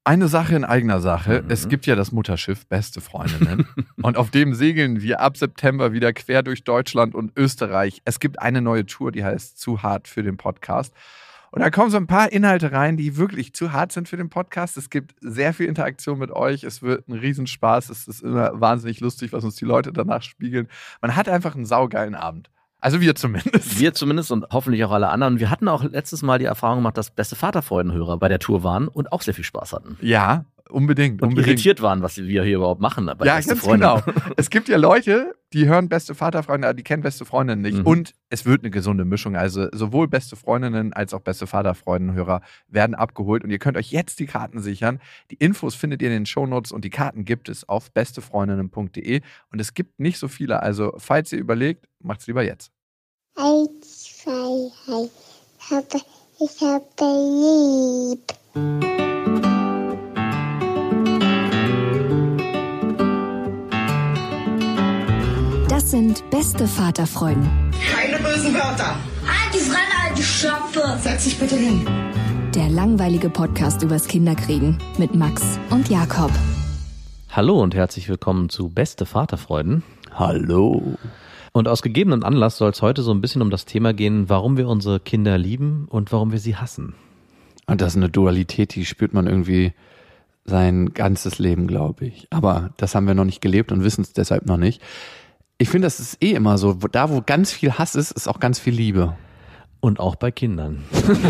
Eine Sache in eigener Sache. Es gibt ja das Mutterschiff Beste Freundinnen. Und auf dem segeln wir ab September wieder quer durch Deutschland und Österreich. Es gibt eine neue Tour, die heißt Zu hart für den Podcast. Und da kommen so ein paar Inhalte rein, die wirklich zu hart sind für den Podcast. Es gibt sehr viel Interaktion mit euch. Es wird ein Riesenspaß. Es ist immer wahnsinnig lustig, was uns die Leute danach spiegeln. Man hat einfach einen saugeilen Abend. Also wir zumindest. Wir zumindest und hoffentlich auch alle anderen. Wir hatten auch letztes Mal die Erfahrung gemacht, dass Beste Vaterfreudenhörer bei der Tour waren und auch sehr viel Spaß hatten. Ja, unbedingt. Und irritiert waren, was wir hier überhaupt machen. Bei ja, Beste ganz Freunde. Genau. Es gibt ja Leute, die hören Beste Vaterfreunde, die kennen Beste Freundinnen nicht. Und es wird eine gesunde Mischung. Also sowohl Beste Freundinnen als auch Beste Vaterfreundenhörer werden abgeholt. Und ihr könnt euch jetzt die Karten sichern. Die Infos findet ihr in den Shownotes und die Karten gibt es auf bestefreundinnen.de. Und es gibt nicht so viele. Also falls ihr überlegt, macht's lieber jetzt. 1, 2, 3. Ich habe lieb. Das sind Beste Vaterfreuden. Keine bösen Wörter. Halt die Fremde, alte Schöpfe. Setz dich bitte hin. Der langweilige Podcast übers Kinderkriegen mit Max und Jakob. Hallo und herzlich willkommen zu Beste Vaterfreuden. Hallo. Und aus gegebenem Anlass soll es heute so ein bisschen um das Thema gehen, warum wir unsere Kinder lieben und warum wir sie hassen. Und das ist eine Dualität, die spürt man irgendwie sein ganzes Leben, glaube ich. Aber das haben wir noch nicht gelebt und wissen es deshalb noch nicht. Ich finde, das ist immer so, da wo ganz viel Hass ist, ist auch ganz viel Liebe. Und auch bei Kindern.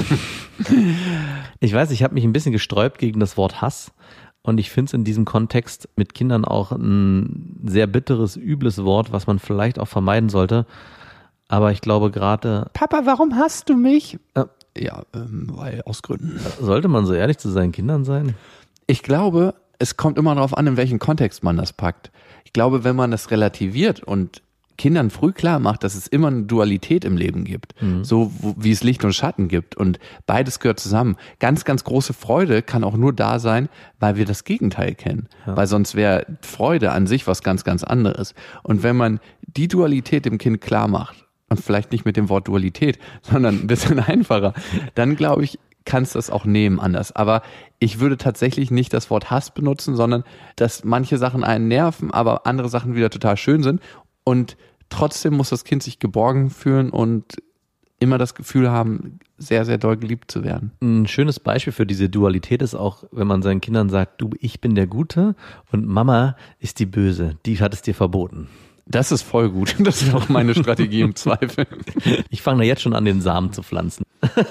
Ich weiß, ich habe mich ein bisschen gesträubt gegen das Wort Hass. Und ich finde es in diesem Kontext mit Kindern auch ein sehr bitteres, übles Wort, was man vielleicht auch sollte. Aber ich glaube gerade... Papa, warum hasst du mich? Weil aus Gründen. Sollte man so ehrlich zu seinen Kindern sein? Ich glaube, es kommt immer darauf an, in welchen Kontext man das packt. Ich glaube, wenn man das relativiert und Kindern früh klar macht, dass es immer eine Dualität im Leben gibt, so wie es Licht und Schatten gibt und beides gehört zusammen. Ganz, ganz große Freude kann auch nur da sein, weil wir das Gegenteil kennen, weil sonst wäre Freude an sich was ganz, ganz anderes. Und wenn man die Dualität dem Kind klar macht und vielleicht nicht mit dem Wort Dualität, sondern ein bisschen einfacher, dann glaube ich, kannst das auch nehmen anders. Aber ich würde tatsächlich nicht das Wort Hass benutzen, sondern dass manche Sachen einen nerven, aber andere Sachen wieder total schön sind. Und trotzdem muss das Kind sich geborgen fühlen und immer das Gefühl haben, sehr, sehr doll geliebt zu werden. Ein schönes Beispiel für diese Dualität ist auch, wenn man seinen Kindern sagt, du, ich bin der Gute und Mama ist die Böse, die hat es dir verboten. Das ist voll gut. Das ist auch meine Strategie im Zweifel. Ich fange da jetzt schon an, den Samen zu pflanzen.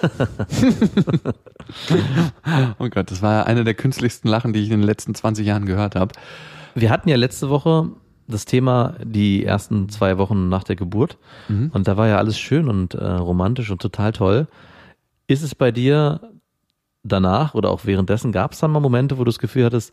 Oh Gott, das war eine der künstlichsten Lachen, die ich in den letzten 20 Jahren gehört habe. Wir hatten ja letzte Woche das Thema die ersten 2 Wochen nach der Geburt. Und da war ja alles schön und romantisch und total toll. Ist es bei dir danach oder auch währenddessen, gab es dann mal Momente, wo du das Gefühl hattest,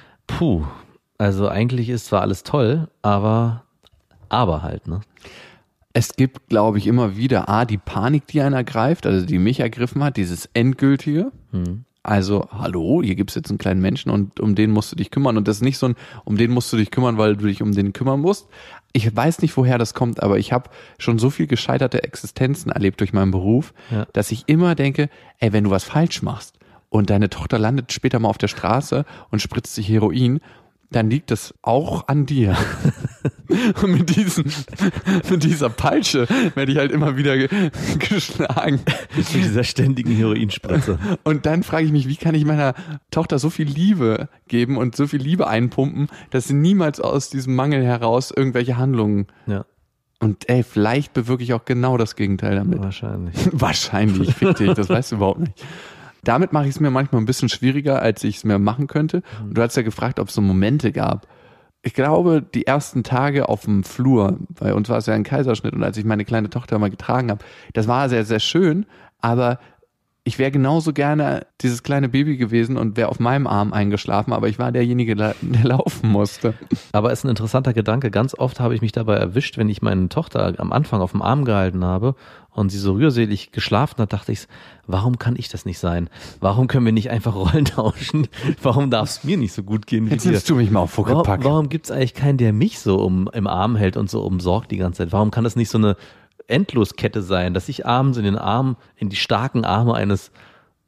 also eigentlich ist zwar alles toll, aber halt, ne? Es gibt, glaube ich, immer wieder die Panik, die einen ergreift, also die mich ergriffen hat, dieses Endgültige. Also, hallo, hier gibt's jetzt einen kleinen Menschen und um den musst du dich kümmern. Und das ist nicht so um den musst du dich kümmern, weil du dich um den kümmern musst. Ich weiß nicht, woher das kommt, aber ich habe schon so viel gescheiterte Existenzen erlebt durch meinen Beruf, dass ich immer denke, ey, wenn du was falsch machst und deine Tochter landet später mal auf der Straße und spritzt sich Heroin, dann liegt es auch an dir. Und mit dieser Peitsche werde ich halt immer wieder geschlagen. Mit dieser ständigen Heroinspritze. Und dann frage ich mich, wie kann ich meiner Tochter so viel Liebe geben und so viel Liebe einpumpen, dass sie niemals aus diesem Mangel heraus irgendwelche Handlungen... Ja. Und vielleicht bewirke ich auch genau das Gegenteil damit. Wahrscheinlich. Wahrscheinlich, fick dich, das weißt du überhaupt nicht. Damit mache ich es mir manchmal ein bisschen schwieriger, als ich es mir machen könnte. Und du hast ja gefragt, ob es so Momente gab. Ich glaube, die ersten Tage auf dem Flur, bei uns war es ja ein Kaiserschnitt und als ich meine kleine Tochter mal getragen habe, das war sehr, sehr schön, aber ich wäre genauso gerne dieses kleine Baby gewesen und wäre auf meinem Arm eingeschlafen, aber ich war derjenige, der laufen musste. Aber es ist ein interessanter Gedanke. Ganz oft habe ich mich dabei erwischt, wenn ich meine Tochter am Anfang auf dem Arm gehalten habe und sie so rührselig geschlafen hat, dachte ich, warum kann ich das nicht sein? Warum können wir nicht einfach Rollen tauschen? Warum darf es mir nicht so gut gehen wie Jetzt dir? nimmst du mich mal auf Huckepack. Warum gibt es eigentlich keinen, der mich so im Arm hält und so umsorgt die ganze Zeit? Warum kann das nicht so eine Endloskette sein, dass ich abends in die starken Arme eines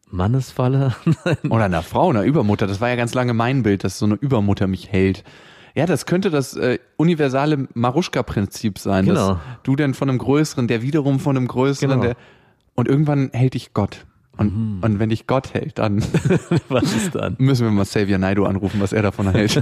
Mannesfalle? Oder einer Frau, einer Übermutter. Das war ja ganz lange mein Bild, dass so eine Übermutter mich hält. Ja, das könnte das universale Maruschka-Prinzip sein. Genau. Dass du denn von einem Größeren, der wiederum von einem Größeren, Genau. und irgendwann hält dich Gott. Und wenn dich Gott hält, dann Was ist dann? müssen wir mal Xavier Naidoo anrufen, was er davon hält.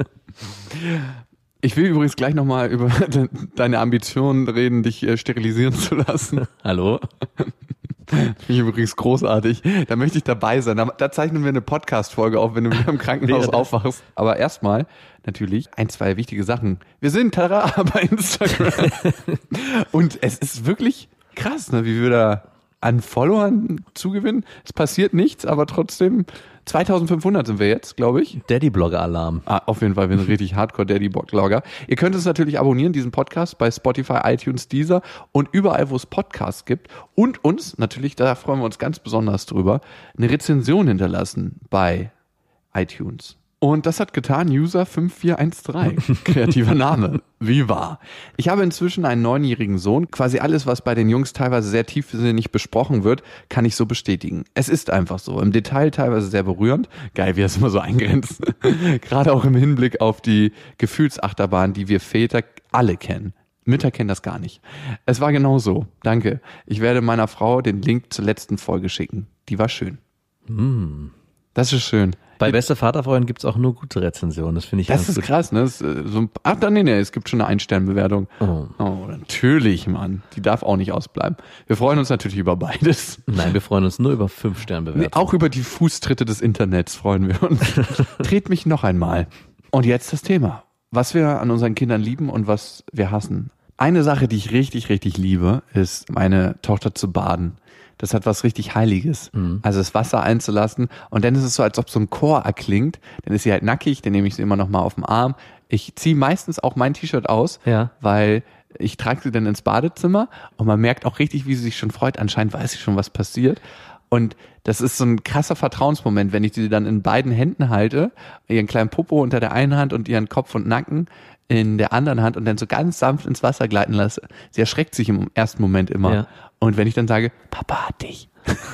Ich will übrigens gleich nochmal über deine Ambitionen reden, dich sterilisieren zu lassen. Hallo? Finde ich übrigens großartig. Da möchte ich dabei sein. Da zeichnen wir eine Podcast-Folge auf, wenn du wieder im Krankenhaus aufwachst. Aber erstmal natürlich 1, 2 wichtige Sachen. Wir sind Tada bei Instagram. Und es ist wirklich krass, ne, wie wir da an Followern zugewinnen. Es passiert nichts, aber trotzdem 2500 sind wir jetzt, glaube ich. Daddy-Blogger-Alarm. Auf jeden Fall, wir sind richtig Hardcore-Daddy-Blogger. Ihr könnt uns natürlich abonnieren, diesen Podcast bei Spotify, iTunes, Deezer und überall, wo es Podcasts gibt. Und uns, natürlich, da freuen wir uns ganz besonders drüber, eine Rezension hinterlassen bei iTunes. Und das hat getan User 5413. Kreativer Name. Viva. Ich habe inzwischen einen 9-jährigen Sohn. Quasi alles, was bei den Jungs teilweise sehr tiefsinnig besprochen wird, kann ich so bestätigen. Es ist einfach so. Im Detail teilweise sehr berührend. Geil, wie er es immer so eingrenzt. Gerade auch im Hinblick auf die Gefühlsachterbahn, die wir Väter alle kennen. Mütter kennen das gar nicht. Es war genau so. Danke. Ich werde meiner Frau den Link zur letzten Folge schicken. Die war schön. Das ist schön. Bei Beste Vaterfreund gibt's auch nur gute Rezensionen. Das finde ich Das ganz ist gut. krass, ne? Nee, es gibt schon eine Ein-Stern-Bewertung. Oh, natürlich, Mann. Die darf auch nicht ausbleiben. Wir freuen uns natürlich über beides. Nein, wir freuen uns nur über 5-Sterne-Bewertungen. Auch über die Fußtritte des Internets freuen wir uns. Dreht mich noch einmal. Und jetzt das Thema. Was wir an unseren Kindern lieben und was wir hassen. Eine Sache, die ich richtig, richtig liebe, ist, meine Tochter zu baden. Das hat was richtig Heiliges. Also das Wasser einzulassen und dann ist es so, als ob so ein Chor erklingt. Dann ist sie halt nackig, dann nehme ich sie immer noch mal auf den Arm. Ich ziehe meistens auch mein T-Shirt aus, weil ich trage sie dann ins Badezimmer und man merkt auch richtig, wie sie sich schon freut. Anscheinend weiß sie schon, was passiert. Und das ist so ein krasser Vertrauensmoment, wenn ich sie dann in beiden Händen halte, ihren kleinen Popo unter der einen Hand und ihren Kopf und Nacken in der anderen Hand und dann so ganz sanft ins Wasser gleiten lasse. Sie erschreckt sich im ersten Moment immer. Ja. Und wenn ich dann sage, Papa hat dich,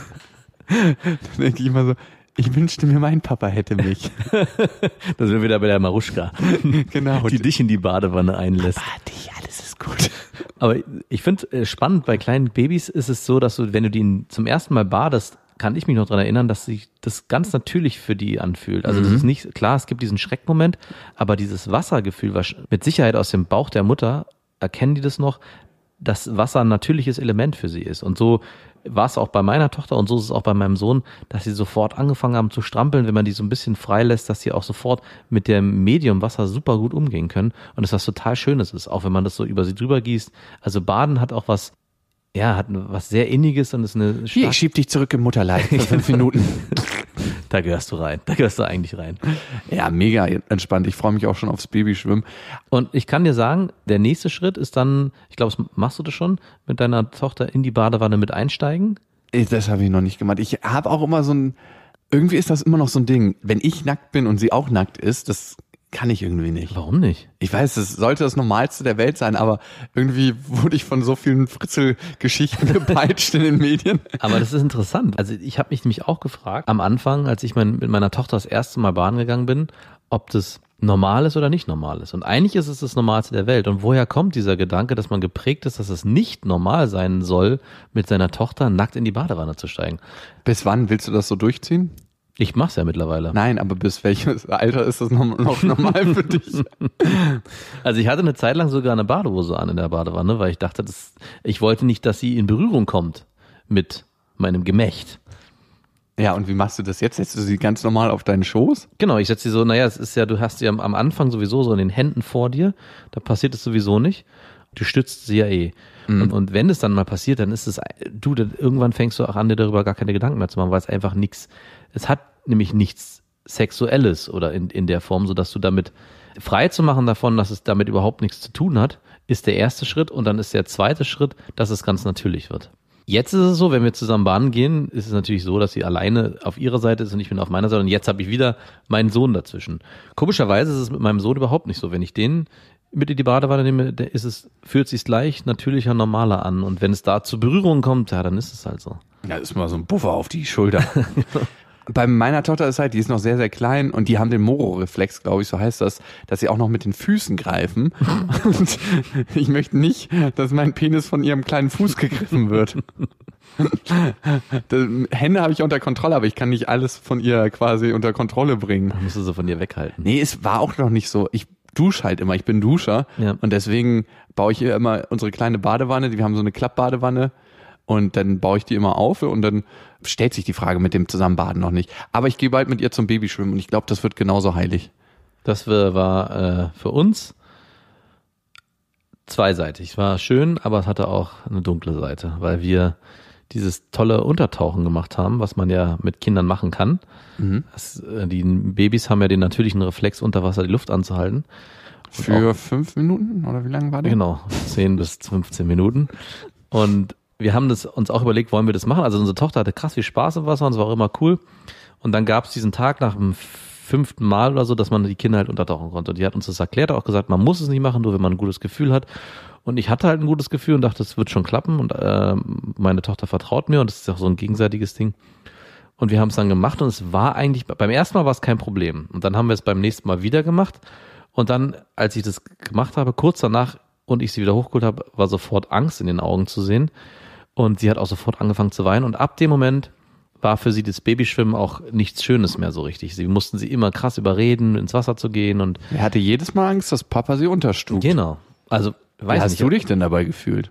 dann denke ich immer so, ich wünschte mir, mein Papa hätte mich. Da sind wir wieder bei der Maruschka, Genau. die dich in die Badewanne einlässt. Papa hat dich, alles ist gut. Aber ich finde spannend, bei kleinen Babys ist es so, dass du, wenn du die zum ersten Mal badest, kann ich mich noch daran erinnern, dass sich das ganz natürlich für die anfühlt. Also das ist nicht, klar, es gibt diesen Schreckmoment, aber dieses Wassergefühl, was mit Sicherheit aus dem Bauch der Mutter, erkennen die das noch, dass Wasser ein natürliches Element für sie ist. Und so war es auch bei meiner Tochter und so ist es auch bei meinem Sohn, dass sie sofort angefangen haben zu strampeln, wenn man die so ein bisschen frei lässt, dass sie auch sofort mit dem Medium Wasser super gut umgehen können und es was total Schönes ist, auch wenn man das so über sie drüber gießt. Also Baden hat auch was, ja, hat was sehr Inniges und ist eine Hier, ich schieb dich zurück im Mutterleib für 5 Minuten. Da gehörst du rein. Da gehörst du eigentlich rein. Ja, mega entspannt. Ich freue mich auch schon aufs Babyschwimmen. Und ich kann dir sagen, der nächste Schritt ist dann, ich glaube, machst du das schon, mit deiner Tochter in die Badewanne mit einsteigen? Das habe ich noch nicht gemacht. Ich habe auch immer irgendwie ist das immer noch so ein Ding. Wenn ich nackt bin und sie auch nackt ist, das kann ich irgendwie nicht. Warum nicht? Ich weiß, es sollte das Normalste der Welt sein, aber irgendwie wurde ich von so vielen Fritzel-Geschichten gepeitscht in den Medien. Aber das ist interessant. Also ich habe mich nämlich auch gefragt, am Anfang, als ich mit meiner Tochter das erste Mal baden gegangen bin, ob das normal ist oder nicht normal ist. Und eigentlich ist es das Normalste der Welt. Und woher kommt dieser Gedanke, dass man geprägt ist, dass es nicht normal sein soll, mit seiner Tochter nackt in die Badewanne zu steigen? Bis wann willst du das so durchziehen? Ich mach's ja mittlerweile. Nein, aber bis welches Alter ist das noch normal für dich? Also ich hatte eine Zeit lang sogar eine Badehose an in der Badewanne, weil ich dachte, ich wollte nicht, dass sie in Berührung kommt mit meinem Gemächt. Ja, und wie machst du das jetzt? Setzt du sie ganz normal auf deinen Schoß? Genau, ich setze sie so, es ist ja, du hast sie am Anfang sowieso so in den Händen vor dir, da passiert es sowieso nicht. Du stützt sie ja eh. Und wenn es dann mal passiert, dann ist es, irgendwann fängst du auch an, dir darüber gar keine Gedanken mehr zu machen, weil es einfach es hat nämlich nichts Sexuelles oder in der Form, sodass du damit frei zu machen davon, dass es damit überhaupt nichts zu tun hat, ist der erste Schritt und dann ist der zweite Schritt, dass es ganz natürlich wird. Jetzt ist es so, wenn wir zusammen baden gehen, ist es natürlich so, dass sie alleine auf ihrer Seite ist und ich bin auf meiner Seite und jetzt habe ich wieder meinen Sohn dazwischen. Komischerweise ist es mit meinem Sohn überhaupt nicht so. Wenn ich den mit in die Badewanne nehme, fühlt sich gleich natürlicher, normaler an. Und wenn es da zu Berührungen kommt, ja, dann ist es halt so. Ja, ist mal so ein Puffer auf die Schulter. Bei meiner Tochter ist halt, die ist noch sehr, sehr klein und die haben den Moro-Reflex, glaube ich, so heißt das, dass sie auch noch mit den Füßen greifen. Und ich möchte nicht, dass mein Penis von ihrem kleinen Fuß gegriffen wird. Hände habe ich unter Kontrolle, aber ich kann nicht alles von ihr quasi unter Kontrolle bringen. Dann musst du so von ihr weghalten. Nee, es war auch noch nicht so. Ich dusche halt immer, ich bin Duscher und deswegen baue ich ihr immer unsere kleine Badewanne, wir haben so eine Klappbadewanne und dann baue ich die immer auf und dann stellt sich die Frage mit dem Zusammenbaden noch nicht. Aber ich gehe bald mit ihr zum Babyschwimmen und ich glaube, das wird genauso heilig. Das war für uns zweiseitig. War schön, aber es hatte auch eine dunkle Seite, weil wir dieses tolle Untertauchen gemacht haben, was man ja mit Kindern machen kann. Die Babys haben ja den natürlichen Reflex, unter Wasser die Luft anzuhalten. Und für 5 Minuten oder wie lange war der? Genau, 10 bis 15 Minuten. Und wir haben uns auch überlegt, wollen wir das machen? Also unsere Tochter hatte krass viel Spaß im Wasser und es war auch immer cool. Und dann gab es diesen Tag nach dem 5. Mal oder so, dass man die Kinder halt untertauchen konnte. Und die hat uns das erklärt, auch gesagt, man muss es nicht machen, nur wenn man ein gutes Gefühl hat. Und ich hatte halt ein gutes Gefühl und dachte, es wird schon klappen. Und meine Tochter vertraut mir und das ist auch so ein gegenseitiges Ding. Und wir haben es dann gemacht und es war eigentlich, beim ersten Mal war es kein Problem. Und dann haben wir es beim nächsten Mal wieder gemacht. Und dann, als ich das gemacht habe, kurz danach und ich sie wieder hochgeholt habe, war sofort Angst in den Augen zu sehen. Und sie hat auch sofort angefangen zu weinen. Und ab dem Moment war für sie das Babyschwimmen auch nichts Schönes mehr so richtig. Sie mussten sie immer krass überreden, ins Wasser zu gehen. Und Er hatte jedes Mal Angst, dass Papa sie unterstuft. genau. Also, Wie hast du dich denn dabei gefühlt?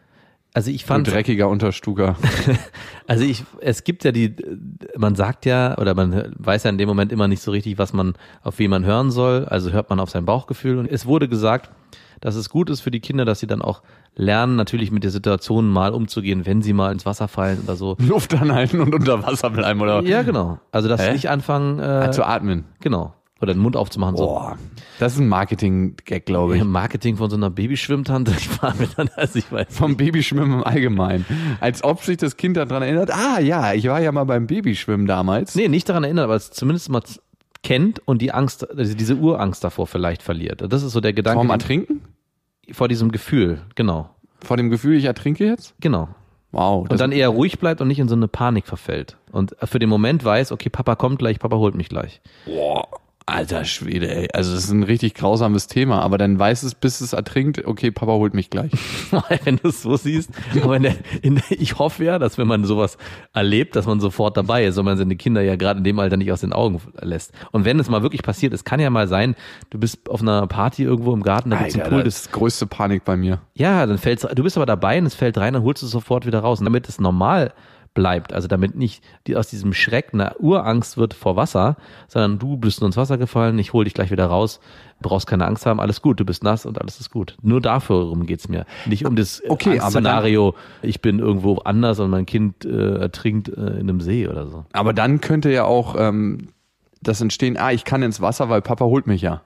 Also ich Du fand, dreckiger Unterstuker. also es gibt ja man sagt ja, oder man weiß ja in dem Moment immer nicht so richtig, auf wen man hören soll. Also hört man auf sein Bauchgefühl. Und es wurde gesagt, dass es gut ist für die Kinder, dass sie dann auch lernen, natürlich mit der Situation mal umzugehen, wenn sie mal ins Wasser fallen oder so. Luft anhalten und unter Wasser bleiben, oder? Ja, genau. Also dass sie nicht anfangen, Zu atmen. genau, oder den Mund aufzumachen. So. Boah, das ist ein Marketing-Gag, glaube ich. Marketing von so einer Babyschwimmtante, ich war mir dann, also ich weiß. Vom Babyschwimmen im Allgemeinen. Als ob sich das Kind daran erinnert, ja, ich war ja mal beim Babyschwimmen damals. Nee, nicht daran erinnert, aber es zumindest mal kennt und die Angst, also diese Urangst davor vielleicht verliert. Das ist so der Gedanke. Vorm Ertrinken? Vor diesem Gefühl, genau. Vor dem Gefühl, ich ertrinke jetzt? Genau. Wow. Und dann eher ruhig bleibt und nicht in so eine Panik verfällt. Und für den Moment weiß, okay, Papa kommt gleich, Papa holt mich gleich. Boah, alter Schwede, ey. Also das ist ein richtig grausames Thema, aber dann weiß es, bis es ertrinkt, okay, Papa holt mich gleich. Wenn du es so siehst. Aber ich hoffe ja, dass wenn man sowas erlebt, dass man sofort dabei ist und man seine Kinder ja gerade in dem Alter nicht aus den Augen lässt. Und wenn es mal wirklich passiert, es kann ja mal sein, du bist auf einer Party irgendwo im Garten, da gibt's einen Pool. Das ist größte Panik bei mir. Ja, dann du bist aber dabei und es fällt rein, dann holst du es sofort wieder raus. Und damit es normal bleibt, also damit nicht aus diesem Schreck eine Urangst wird vor Wasser, sondern du bist nur ins Wasser gefallen, ich hol dich gleich wieder raus, brauchst keine Angst haben, alles gut, du bist nass und alles ist gut. Nur dafür geht's mir. Nicht um das Szenario, ich bin irgendwo anders und mein Kind ertrinkt in einem See oder so. Aber dann könnte ja auch das entstehen, ich kann ins Wasser, weil Papa holt mich ja.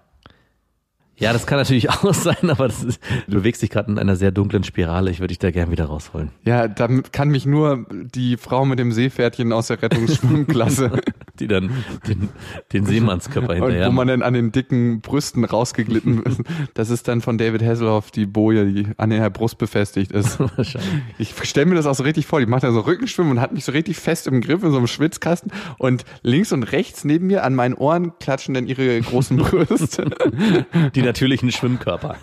Ja, das kann natürlich auch sein, aber du bewegst dich gerade in einer sehr dunklen Spirale. Ich würde dich da gern wieder rausholen. Ja, da kann mich nur die Frau mit dem Seepferdchen aus der Rettungsschwimmklasse, die dann den Seemannskörper hinterher. Und wo man dann an den dicken Brüsten rausgeglitten ist. Das ist dann von David Hasselhoff die Boje, die an der Brust befestigt ist. Wahrscheinlich. Ich stelle mir das auch so richtig vor. Die macht da so Rückenschwimmen und hat mich so richtig fest im Griff in so einem Schwitzkasten. Und links und rechts neben mir an meinen Ohren klatschen dann ihre großen Brüste. Die natürlichen Schwimmkörper.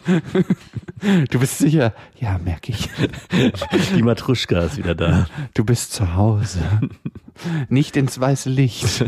Du bist sicher? Ja, merke ich. Die Matruschka ist wieder da. Du bist zu Hause. Nicht ins weiße Licht.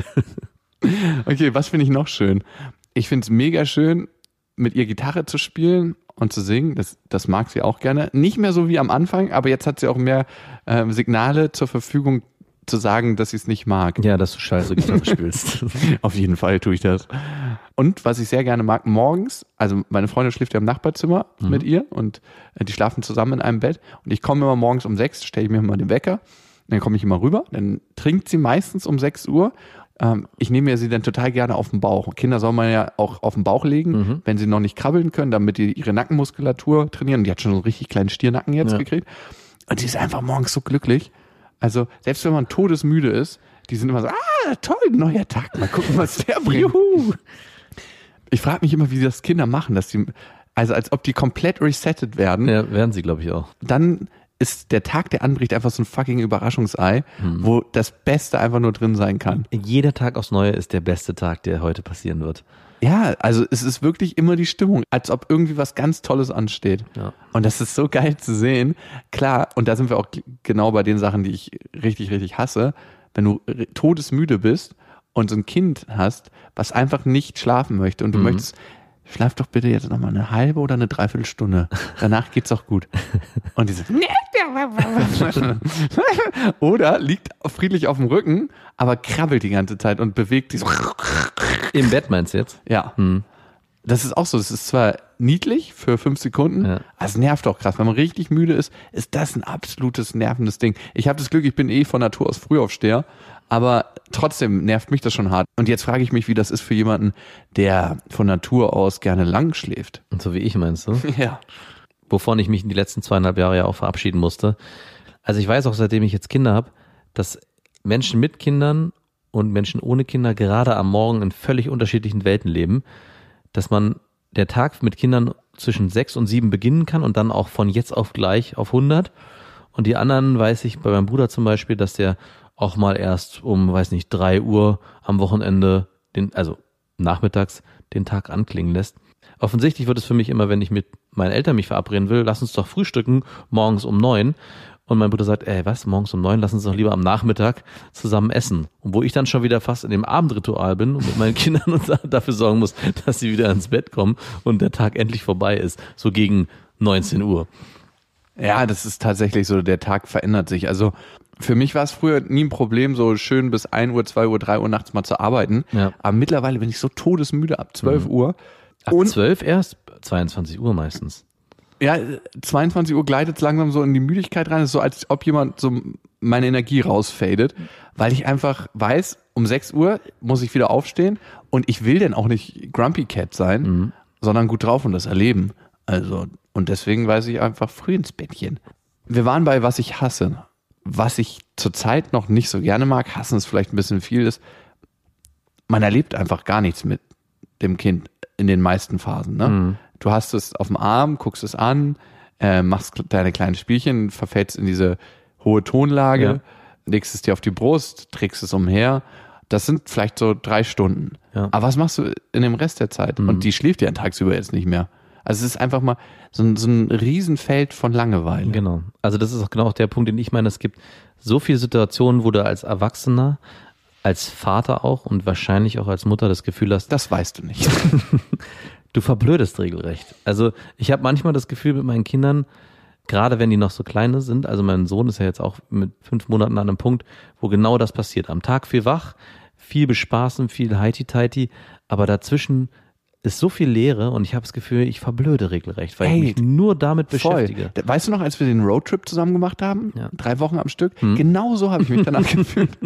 Okay, was finde ich noch schön? Ich finde es mega schön, mit ihr Gitarre zu spielen und zu singen. Das mag sie auch gerne. Nicht mehr so wie am Anfang, aber jetzt hat sie auch mehr Signale zur Verfügung, zu sagen, dass sie es nicht mag. Ja, dass du scheiße Gitarre spielst. Auf jeden Fall tue ich das. Und was ich sehr gerne mag, morgens, also meine Freundin schläft ja im Nachbarzimmer mit ihr und die schlafen zusammen in einem Bett und ich komme immer morgens um 6, stelle ich mir immer den Wecker, dann komme ich immer rüber, dann trinkt sie meistens um 6 Uhr. Ich nehme mir sie dann total gerne auf den Bauch. Kinder soll man ja auch auf den Bauch legen, wenn sie noch nicht krabbeln können, damit die ihre Nackenmuskulatur trainieren. Die hat schon so einen richtig kleinen Stiernacken jetzt gekriegt. Und sie ist einfach morgens so glücklich. Also, selbst wenn man todesmüde ist, die sind immer so, toll, neuer Tag, mal gucken, was der bringt. Juhu. Ich frage mich immer, wie das Kinder machen, dass sie Also als ob die komplett resettet werden. Ja, werden sie, glaube ich, auch. Dann ist der Tag, der anbricht, einfach so ein fucking Überraschungsei, wo das Beste einfach nur drin sein kann. Jeder Tag aufs Neue ist der beste Tag, der heute passieren wird. Ja, also es ist wirklich immer die Stimmung, als ob irgendwie was ganz Tolles ansteht. Ja. Und das ist so geil zu sehen. Klar, und da sind wir auch genau bei den Sachen, die ich richtig, richtig hasse. Wenn du todesmüde bist und so ein Kind hast, was einfach nicht schlafen möchte und du möchtest, schlaf doch bitte jetzt nochmal eine halbe oder eine Dreiviertelstunde. Danach geht's auch gut. Und die so, oder liegt friedlich auf dem Rücken, aber krabbelt die ganze Zeit und bewegt sich so. Im Bett meinst du jetzt? Ja. Das ist auch so. Das ist zwar niedlich für 5 Sekunden, aber es nervt auch krass. Wenn man richtig müde ist, ist das ein absolutes nervendes Ding. Ich habe das Glück, ich bin von Natur aus Frühaufsteher, aber trotzdem nervt mich das schon hart. Und jetzt frage ich mich, wie das ist für jemanden, der von Natur aus gerne lang schläft. Und so wie ich, meinst du? Ja. Wovon ich mich in die letzten 2,5 Jahre ja auch verabschieden musste. Also ich weiß auch, seitdem ich jetzt Kinder habe, dass Menschen mit Kindern und Menschen ohne Kinder gerade am Morgen in völlig unterschiedlichen Welten leben, dass man der Tag mit Kindern zwischen 6 und 7 beginnen kann und dann auch von jetzt auf gleich auf 100. Und die anderen weiß ich, bei meinem Bruder zum Beispiel, dass der auch mal erst um, 3 Uhr am Wochenende, also nachmittags, den Tag anklingen lässt. Offensichtlich wird es für mich immer, wenn ich mit meinen Eltern mich verabreden will, lass uns doch frühstücken, morgens um 9. Und mein Bruder sagt, morgens um 9, lass uns doch lieber am Nachmittag zusammen essen. Und wo ich dann schon wieder fast in dem Abendritual bin und mit meinen Kindern und dafür sorgen muss, dass sie wieder ins Bett kommen und der Tag endlich vorbei ist, so gegen 19 Uhr. Ja, das ist tatsächlich so, der Tag verändert sich. Also für mich war es früher nie ein Problem, so schön bis 1 Uhr, 2 Uhr, 3 Uhr nachts mal zu arbeiten. Ja. Aber mittlerweile bin ich so todesmüde ab 12 Uhr. Ab 12 erst? 22 Uhr meistens. Ja, 22 Uhr gleitet es langsam so in die Müdigkeit rein. Es ist so, als ob jemand so meine Energie rausfadet, weil ich einfach weiß, um 6 Uhr muss ich wieder aufstehen und ich will dann auch nicht Grumpy Cat sein, sondern gut drauf und das erleben. Also, und deswegen weiß ich einfach früh ins Bettchen. Wir waren bei was ich hasse. Was ich zurzeit noch nicht so gerne mag, hassen ist vielleicht ein bisschen viel, ist, man erlebt einfach gar nichts mit dem Kind in den meisten Phasen. Ne? Du hast es auf dem Arm, guckst es an, machst deine kleinen Spielchen, verfällst in diese hohe Tonlage, legst es dir auf die Brust, trägst es umher. Das sind vielleicht so 3 Stunden. Ja. Aber was machst du in dem Rest der Zeit? Und die schläft ja tagsüber jetzt nicht mehr. Also es ist einfach mal so ein Riesenfeld von Langeweile. Genau. Also das ist auch genau der Punkt, den ich meine. Es gibt so viele Situationen, wo du als Erwachsener, als Vater auch und wahrscheinlich auch als Mutter das Gefühl hast, das weißt du nicht. Du verblödest regelrecht. Also ich habe manchmal das Gefühl mit meinen Kindern, gerade wenn die noch so kleine sind, also mein Sohn ist ja jetzt auch mit 5 Monaten an einem Punkt, wo genau das passiert. Am Tag viel wach, viel bespaßen, viel heiti-teiti, aber dazwischen ist so viel Leere und ich habe das Gefühl, ich verblöde regelrecht, weil ich mich nur damit beschäftige. Weißt du noch, als wir den Roadtrip zusammen gemacht haben? Ja. 3 Wochen am Stück? Genau so habe ich mich danach gefühlt.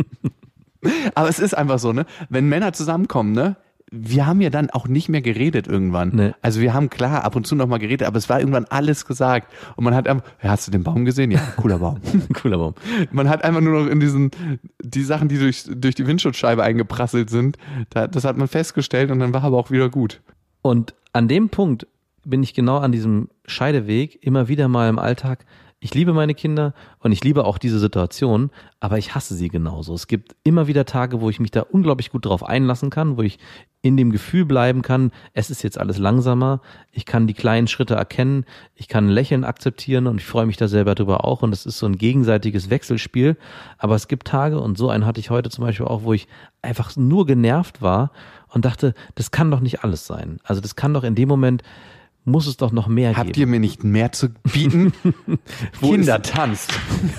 Aber es ist einfach so, ne? Wenn Männer zusammenkommen, ne? Wir haben ja dann auch nicht mehr geredet irgendwann. Nee. Also wir haben klar ab und zu noch mal geredet, aber es war irgendwann alles gesagt. Und man hat einfach, hast du den Baum gesehen? Ja, cooler Baum. Cooler Baum. Man hat einfach nur noch in die Sachen, die durch die Windschutzscheibe eingeprasselt sind, das hat man festgestellt und dann war aber auch wieder gut. Und an dem Punkt bin ich genau an diesem Scheideweg immer wieder mal im Alltag. Ich liebe meine Kinder und ich liebe auch diese Situation, aber ich hasse sie genauso. Es gibt immer wieder Tage, wo ich mich da unglaublich gut drauf einlassen kann, wo ich in dem Gefühl bleiben kann, es ist jetzt alles langsamer, ich kann die kleinen Schritte erkennen, ich kann ein Lächeln akzeptieren und ich freue mich da selber drüber auch und es ist so ein gegenseitiges Wechselspiel, aber es gibt Tage und so einen hatte ich heute zum Beispiel auch, wo ich einfach nur genervt war und dachte, das kann doch nicht alles sein. Also das kann doch in dem Moment, muss es doch noch mehr geben. Habt ihr mir nicht mehr zu bieten? Kinder tanzt.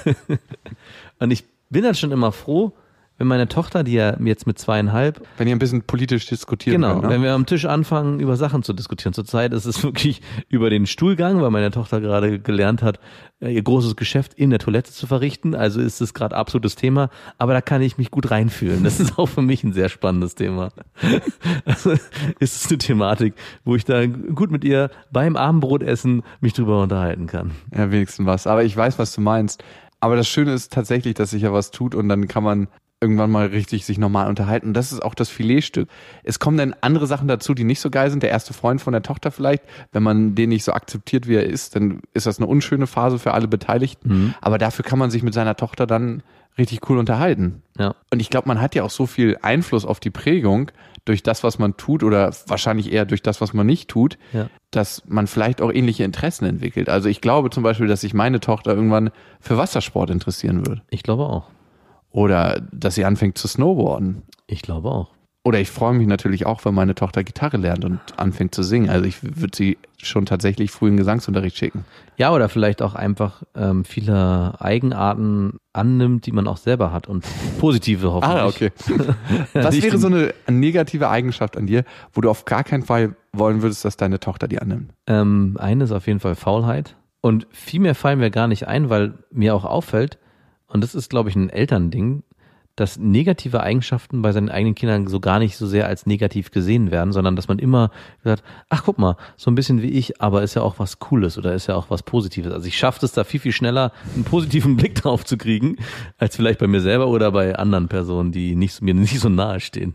Und ich bin dann schon immer froh, wenn meine Tochter, die ja jetzt mit 2,5... Wenn ihr ein bisschen politisch diskutieren könnt, ne? Wenn wir am Tisch anfangen, über Sachen zu diskutieren. Zurzeit ist es wirklich über den Stuhlgang, weil meine Tochter gerade gelernt hat, ihr großes Geschäft in der Toilette zu verrichten. Also ist es gerade absolutes Thema. Aber da kann ich mich gut reinfühlen. Das ist auch für mich ein sehr spannendes Thema. Also ist es eine Thematik, wo ich da gut mit ihr beim Abendbrotessen mich drüber unterhalten kann. Ja, wenigstens was. Aber ich weiß, was du meinst. Aber das Schöne ist tatsächlich, dass sich ja was tut und dann kann man irgendwann mal richtig sich normal unterhalten. Und das ist auch das Filetstück. Es kommen dann andere Sachen dazu, die nicht so geil sind. Der erste Freund von der Tochter vielleicht, wenn man den nicht so akzeptiert, wie er ist, dann ist das eine unschöne Phase für alle Beteiligten. Aber dafür kann man sich mit seiner Tochter dann richtig cool unterhalten. Ja. Und ich glaube, man hat ja auch so viel Einfluss auf die Prägung durch das, was man tut oder wahrscheinlich eher durch das, was man nicht tut, dass man vielleicht auch ähnliche Interessen entwickelt. Also ich glaube zum Beispiel, dass sich meine Tochter irgendwann für Wassersport interessieren würde. Ich glaube auch. Oder dass sie anfängt zu snowboarden. Ich glaube auch. Oder ich freue mich natürlich auch, wenn meine Tochter Gitarre lernt und anfängt zu singen. Also ich würde sie schon tatsächlich früh in Gesangsunterricht schicken. Ja, oder vielleicht auch einfach viele Eigenarten annimmt, die man auch selber hat und positive hoffentlich. Okay. Was wäre so eine negative Eigenschaft an dir, wo du auf gar keinen Fall wollen würdest, dass deine Tochter die annimmt? Eine ist auf jeden Fall Faulheit. Und viel mehr fallen mir gar nicht ein, weil mir auch auffällt, und das ist, glaube ich, ein Elternding, dass negative Eigenschaften bei seinen eigenen Kindern so gar nicht so sehr als negativ gesehen werden, sondern dass man immer sagt, ach guck mal, so ein bisschen wie ich, aber ist ja auch was Cooles oder ist ja auch was Positives. Also ich schaffe es da viel, viel schneller, einen positiven Blick drauf zu kriegen, als vielleicht bei mir selber oder bei anderen Personen, die mir nicht so nahe stehen.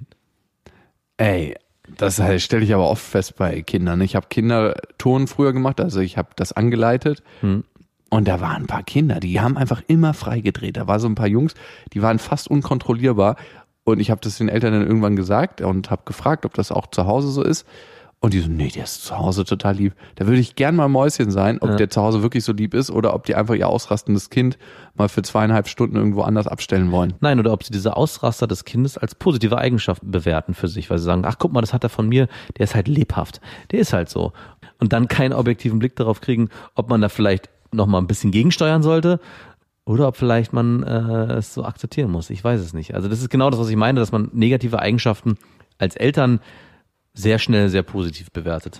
Ey, das stelle ich aber oft fest bei Kindern. Ich habe Kinderturnen früher gemacht, also ich habe das angeleitet. Und da waren ein paar Kinder, die haben einfach immer freigedreht. Da war so ein paar Jungs, die waren fast unkontrollierbar. Und ich habe das den Eltern dann irgendwann gesagt und habe gefragt, ob das auch zu Hause so ist. Und die so, nee, der ist zu Hause total lieb. Da würde ich gern mal Mäuschen sein, ob der zu Hause wirklich so lieb ist oder ob die einfach ihr ausrastendes Kind mal für 2,5 Stunden irgendwo anders abstellen wollen. Nein, oder ob sie diese Ausraster des Kindes als positive Eigenschaft bewerten für sich, weil sie sagen, ach guck mal, das hat er von mir, der ist halt lebhaft. Der ist halt so. Und dann keinen objektiven Blick darauf kriegen, ob man da vielleicht noch mal ein bisschen gegensteuern sollte oder ob vielleicht man es so akzeptieren muss. Ich weiß es nicht. Also das ist genau das, was ich meine, dass man negative Eigenschaften als Eltern sehr schnell, sehr positiv bewertet.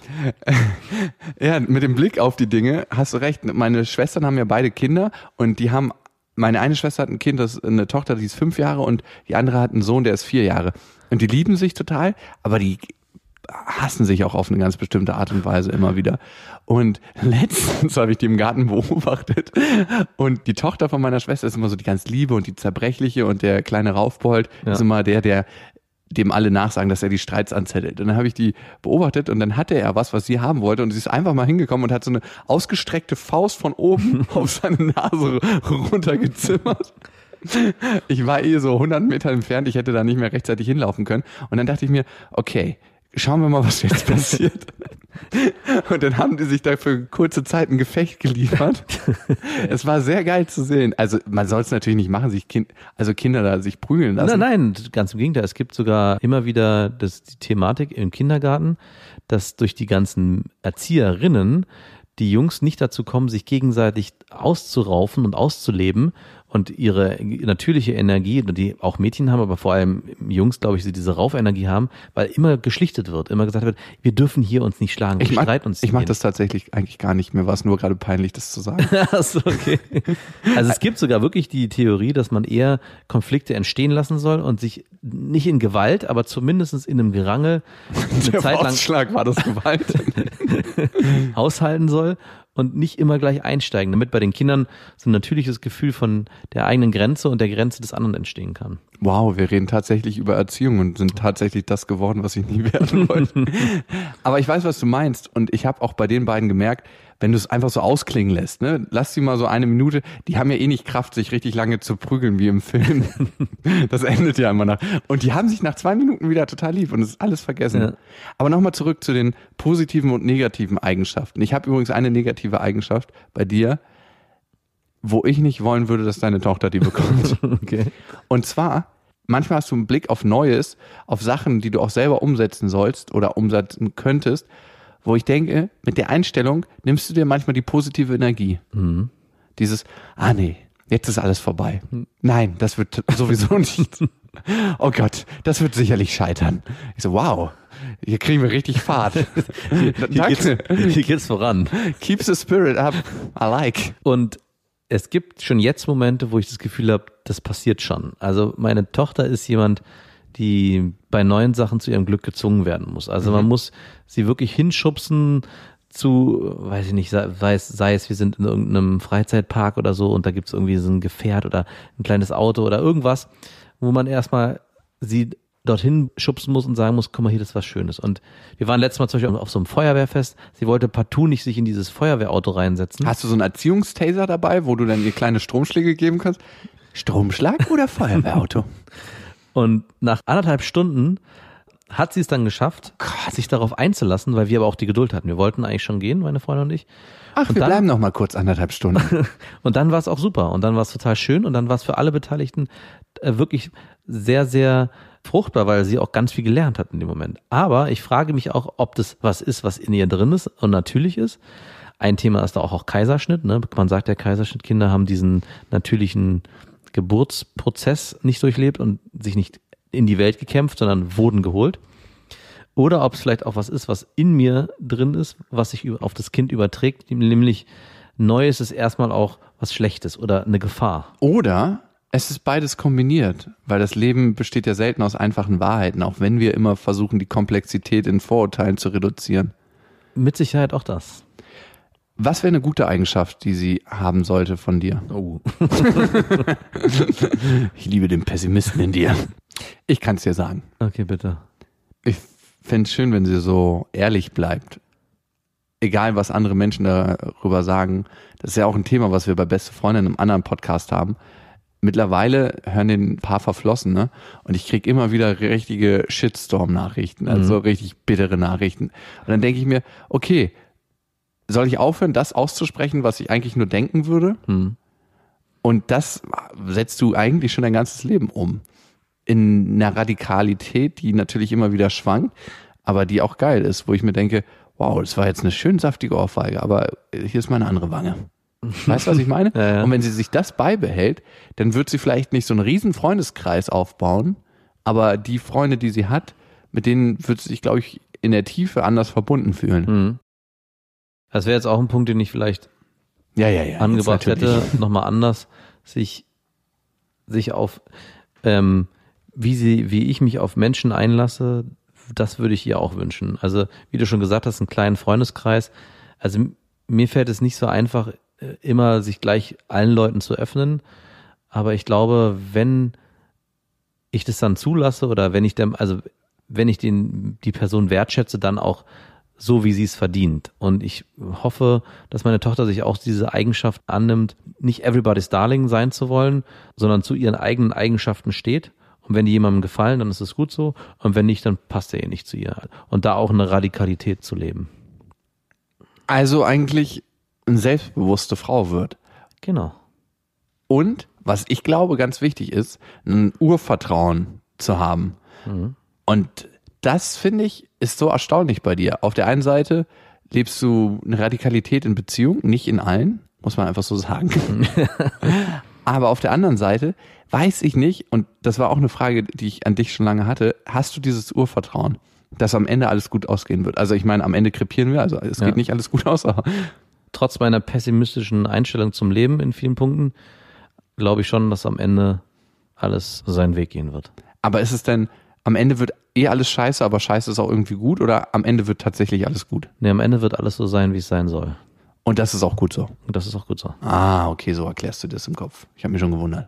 Ja, mit dem Blick auf die Dinge hast du recht. Meine Schwestern haben ja beide Kinder und meine eine Schwester hat ein Kind, das ist eine Tochter, die ist 5 Jahre und die andere hat einen Sohn, der ist 4 Jahre. Und die lieben sich total, aber die hassen sich auch auf eine ganz bestimmte Art und Weise immer wieder. Und letztens habe ich die im Garten beobachtet und die Tochter von meiner Schwester ist immer so die ganz liebe und die zerbrechliche und der kleine Raufbold ist immer der dem alle nachsagen, dass er die Streits anzettelt. Und dann habe ich die beobachtet und dann hatte er was sie haben wollte und sie ist einfach mal hingekommen und hat so eine ausgestreckte Faust von oben auf seine Nase runtergezimmert. Ich war so 100 Meter entfernt, ich hätte da nicht mehr rechtzeitig hinlaufen können. Und dann dachte ich mir, okay, schauen wir mal, was jetzt passiert. Und dann haben die sich da für kurze Zeit ein Gefecht geliefert. Es war sehr geil zu sehen. Also man soll es natürlich nicht machen, Kinder da sich prügeln lassen. Nein, ganz im Gegenteil. Es gibt sogar immer wieder die Thematik im Kindergarten, dass durch die ganzen Erzieherinnen die Jungs nicht dazu kommen, sich gegenseitig auszuraufen und auszuleben und ihre natürliche Energie, die auch Mädchen haben, aber vor allem Jungs, glaube ich, die diese Raufenergie haben, weil immer geschlichtet wird, immer gesagt wird, wir dürfen hier uns nicht schlagen, wir streiten uns nicht. Ich mag das tatsächlich eigentlich gar nicht mehr, war es nur gerade peinlich, das zu sagen. Achso, okay. Also es gibt sogar wirklich die Theorie, dass man eher Konflikte entstehen lassen soll und sich nicht in Gewalt, aber zumindest in einem Gerangel eine Zeit lang Faustschlag war das Gewalt aushalten soll und nicht immer gleich einsteigen, damit bei den Kindern so ein natürliches Gefühl von der eigenen Grenze und der Grenze des anderen entstehen kann. Wow, wir reden tatsächlich über Erziehung und sind tatsächlich das geworden, was ich nie werden wollte. Aber ich weiß, was du meinst und ich habe auch bei den beiden gemerkt, wenn du es einfach so ausklingen lässt, ne, lass sie mal so 1 Minute, die haben ja eh nicht Kraft, sich richtig lange zu prügeln wie im Film. Das endet ja immer nach. Und die haben sich nach 2 Minuten wieder total lieb und es ist alles vergessen. Ja. Aber nochmal zurück zu den positiven und negativen Eigenschaften. Ich habe übrigens eine negative Eigenschaft bei dir, wo ich nicht wollen würde, dass deine Tochter die bekommt. Okay. Und zwar, manchmal hast du einen Blick auf Neues, auf Sachen, die du auch selber umsetzen sollst oder umsetzen könntest, wo ich denke, mit der Einstellung nimmst du dir manchmal die positive Energie. Mhm. Dieses, nee, jetzt ist alles vorbei. Nein, das wird sowieso nicht. Oh Gott, das wird sicherlich scheitern. Ich so, wow, hier kriegen wir richtig Fahrt. Hier geht's voran. Keep the spirit up, I like. Und es gibt schon jetzt Momente, wo ich das Gefühl habe, das passiert schon. Also meine Tochter ist jemand, die bei neuen Sachen zu ihrem Glück gezwungen werden muss. Also man muss sie wirklich hinschubsen zu, weiß ich nicht, sei es, wir sind in irgendeinem Freizeitpark oder so und da gibt's irgendwie so ein Gefährt oder ein kleines Auto oder irgendwas, wo man erstmal sie dorthin schubsen muss und sagen muss, guck mal, hier, das ist was Schönes. Und wir waren letztes Mal zum Beispiel auf so einem Feuerwehrfest. Sie wollte partout nicht sich in dieses Feuerwehrauto reinsetzen. Hast du so einen Erziehungstaser dabei, wo du dann ihr kleine Stromschläge geben kannst? Stromschlag oder Feuerwehrauto? Und nach 1,5 Stunden hat sie es dann geschafft, sich darauf einzulassen, weil wir aber auch die Geduld hatten. Wir wollten eigentlich schon gehen, meine Freundin und ich. Ach, und wir bleiben noch mal kurz 1,5 Stunden. Und dann war es auch super. Und dann war es total schön. Und dann war es für alle Beteiligten wirklich sehr, sehr fruchtbar, weil sie auch ganz viel gelernt hat in dem Moment. Aber ich frage mich auch, ob das was ist, was in ihr drin ist und natürlich ist. Ein Thema ist da auch Kaiserschnitt. Ne? Man sagt ja, Kaiserschnittkinder haben diesen natürlichen Geburtsprozess nicht durchlebt und sich nicht in die Welt gekämpft, sondern wurden geholt. Oder ob es vielleicht auch was ist, was in mir drin ist, was sich auf das Kind überträgt, nämlich Neues ist erstmal auch was Schlechtes oder eine Gefahr. Oder es ist beides kombiniert, weil das Leben besteht ja selten aus einfachen Wahrheiten, auch wenn wir immer versuchen, die Komplexität in Vorurteilen zu reduzieren. Mit Sicherheit auch das. Was wäre eine gute Eigenschaft, die sie haben sollte von dir? Oh. Ich liebe den Pessimisten in dir. Ich kann es dir sagen. Okay, bitte. Ich fände es schön, wenn sie so ehrlich bleibt. Egal, was andere Menschen darüber sagen. Das ist ja auch ein Thema, was wir bei Beste Freunde in einem anderen Podcast haben. Mittlerweile hören den ein paar Verflossene und ich kriege immer wieder richtige Shitstorm-Nachrichten, also richtig bittere Nachrichten. Und dann denke ich mir, okay, soll ich aufhören, das auszusprechen, was ich eigentlich nur denken würde? Und das setzt du eigentlich schon dein ganzes Leben um. In einer Radikalität, die natürlich immer wieder schwankt, aber die auch geil ist, wo ich mir denke, wow, das war jetzt eine schön saftige Ohrfeige, aber hier ist meine andere Wange. Weißt du, was ich meine? Ja. Und wenn sie sich das beibehält, dann wird sie vielleicht nicht so einen riesen Freundeskreis aufbauen, aber die Freunde, die sie hat, mit denen wird sie sich, glaube ich, in der Tiefe anders verbunden fühlen. Das wäre jetzt auch ein Punkt, den ich vielleicht Ja, angebracht hätte, nochmal anders, sich auf, wie ich mich auf Menschen einlasse, das würde ich ihr auch wünschen. Also, wie du schon gesagt hast, einen kleinen Freundeskreis. Also, mir fällt es nicht so einfach, immer sich gleich allen Leuten zu öffnen. Aber ich glaube, wenn ich das dann zulasse oder wenn ich die Person wertschätze, dann auch so, wie sie es verdient. Und ich hoffe, dass meine Tochter sich auch diese Eigenschaft annimmt, nicht everybody's darling sein zu wollen, sondern zu ihren eigenen Eigenschaften steht. Und wenn die jemandem gefallen, dann ist es gut so. Und wenn nicht, dann passt er eh nicht zu ihr. Und da auch eine Radikalität zu leben. Also eigentlich eine selbstbewusste Frau wird. Genau. Und, was ich glaube ganz wichtig ist, ein Urvertrauen zu haben. Und das, finde ich, ist so erstaunlich bei dir. Auf der einen Seite lebst du eine Radikalität in Beziehung, nicht in allen, muss man einfach so sagen. Aber auf der anderen Seite weiß ich nicht, und das war auch eine Frage, die ich an dich schon lange hatte, hast du dieses Urvertrauen, dass am Ende alles gut ausgehen wird? Also ich meine, am Ende krepieren wir, also es geht nicht alles gut aus. Aber trotz meiner pessimistischen Einstellung zum Leben in vielen Punkten, glaube ich schon, dass am Ende alles seinen Weg gehen wird. Aber ist es denn, am Ende wird alles scheiße, aber scheiße ist auch irgendwie gut, oder am Ende wird tatsächlich alles gut? Nee, am Ende wird alles so sein, wie es sein soll. Und das ist auch gut so? Und das ist auch gut so. Ah, okay, so erklärst du das im Kopf. Ich habe mich schon gewundert.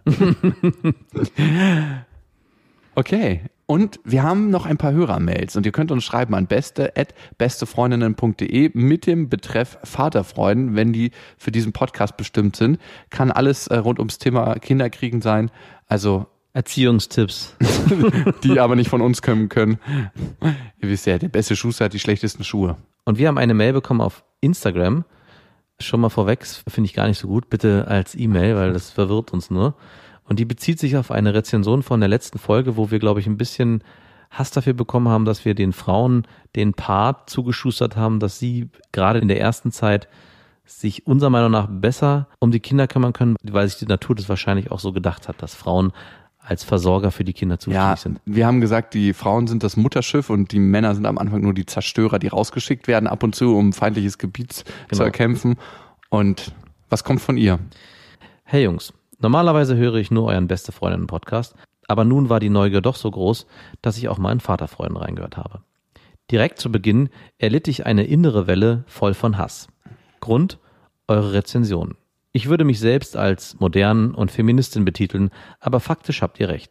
Okay, und wir haben noch ein paar Hörermails und ihr könnt uns schreiben an beste@bestefreundinnen.de mit dem Betreff Vaterfreuden, wenn die für diesen Podcast bestimmt sind. Kann alles rund ums Thema Kinderkriegen sein, also Erziehungstipps. die aber nicht von uns kommen können. Ihr wisst ja, der beste Schuster hat die schlechtesten Schuhe. Und wir haben eine Mail bekommen auf Instagram. Schon mal vorweg, finde ich gar nicht so gut, bitte als E-Mail, weil das verwirrt uns nur. Und die bezieht sich auf eine Rezension von der letzten Folge, wo wir, glaube ich, ein bisschen Hass dafür bekommen haben, dass wir den Frauen den Part zugeschustert haben, dass sie gerade in der ersten Zeit sich unserer Meinung nach besser um die Kinder kümmern können, weil sich die Natur das wahrscheinlich auch so gedacht hat, dass Frauen als Versorger für die Kinder zuständig sind. Wir haben gesagt, die Frauen sind das Mutterschiff und die Männer sind am Anfang nur die Zerstörer, die rausgeschickt werden ab und zu, um feindliches Gebiet zu erkämpfen. Und was kommt von ihr? Hey Jungs, normalerweise höre ich nur euren Beste Freundinnen-Podcast, aber nun war die Neugier doch so groß, dass ich auch mal in Vaterfreuden reingehört habe. Direkt zu Beginn erlitt ich eine innere Welle voll von Hass. Grund: eure Rezension. Ich würde mich selbst als modern und Feministin betiteln, aber faktisch habt ihr recht.